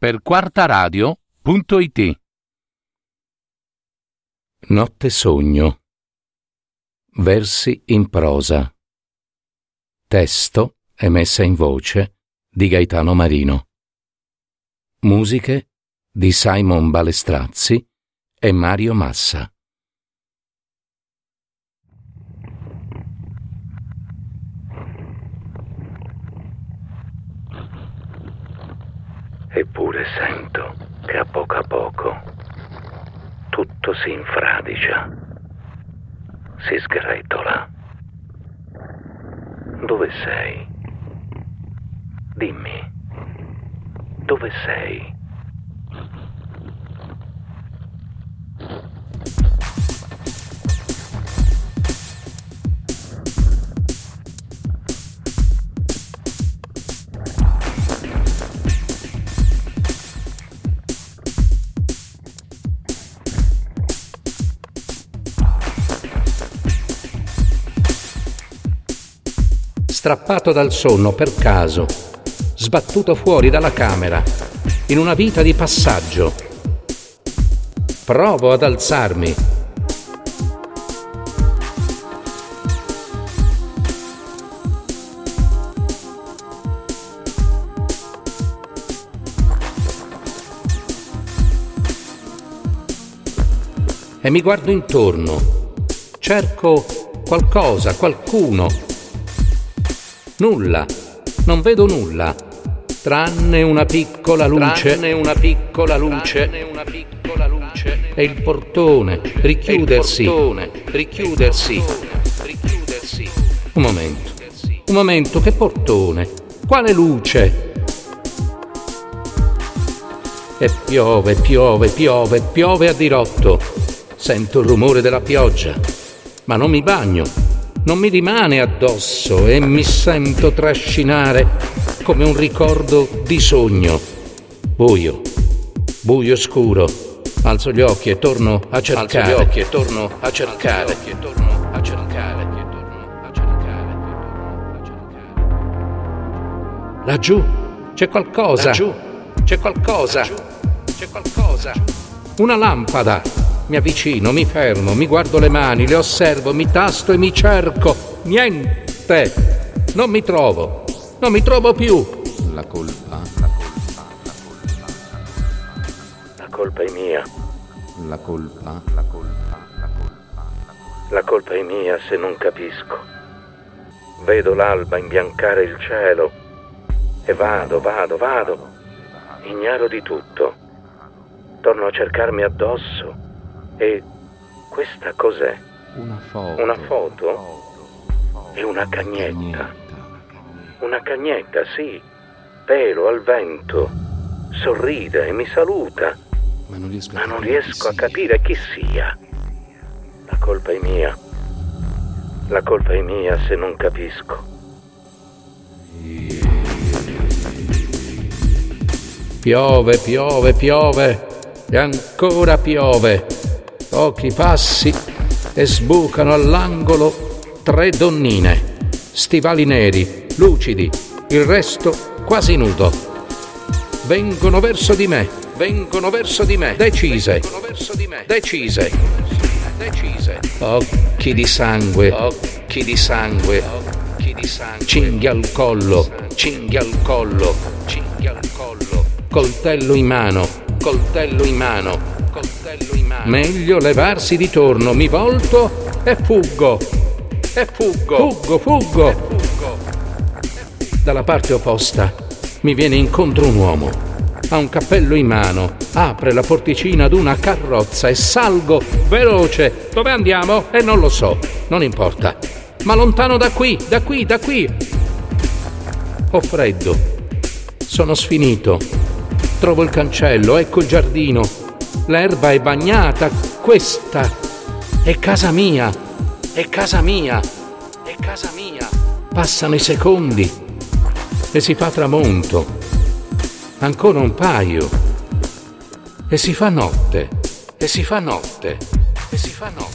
per quartaradio.it. Notte sogno. Versi in prosa. Testo e messa in voce di Gaetano Marino. Musiche di Simon Balestrazzi e Mario Massa. Eppure sento che a poco tutto si infradicia, si sgretola. Dove sei? Dimmi, dove sei? Strappato dal sonno per caso, sbattuto fuori dalla camera, in una vita di passaggio. Provo ad alzarmi. E mi guardo intorno. Cerco qualcosa, qualcuno. Nulla, non vedo nulla, tranne una piccola luce, e il portone richiudersi. Un momento, che portone? Quale luce? E piove a dirotto. Sento il rumore della pioggia, ma non mi bagno. Non mi rimane addosso e mi sento trascinare come un ricordo di sogno. Buio scuro. Alzo gli occhi e torno a cercare. Laggiù c'è qualcosa. Una lampada. Mi avvicino, mi fermo, mi guardo le mani, le osservo, mi tasto e mi cerco. Niente! Non mi trovo più. La colpa è mia. La colpa è mia se non capisco. Vedo l'alba imbiancare il cielo e vado, ignaro di tutto. Torno a cercarmi addosso. E questa cos'è? Una foto? E una cagnetta. Una cagnetta, sì. Pelo al vento. Sorride e mi saluta. Ma non riesco a capire chi sia. La colpa è mia. La colpa è mia se non capisco. Piove e ancora piove. Pochi passi e sbucano all'angolo 3 donnine, stivali neri, lucidi, il resto quasi nudo. Vengono verso di me, decise. Occhi di sangue, cinghia al collo, coltello in mano. Meglio levarsi di torno, mi volto e fuggo. Dalla parte opposta mi viene incontro un uomo. Ha un cappello in mano, apre la porticina ad una carrozza e salgo veloce. Dove andiamo? Non lo so, non importa. Ma lontano da qui. Ho freddo. Sono sfinito. Trovo il cancello, ecco il giardino. L'erba è bagnata. Questa è casa mia. Passano i secondi e si fa tramonto. Ancora un paio. E si fa notte.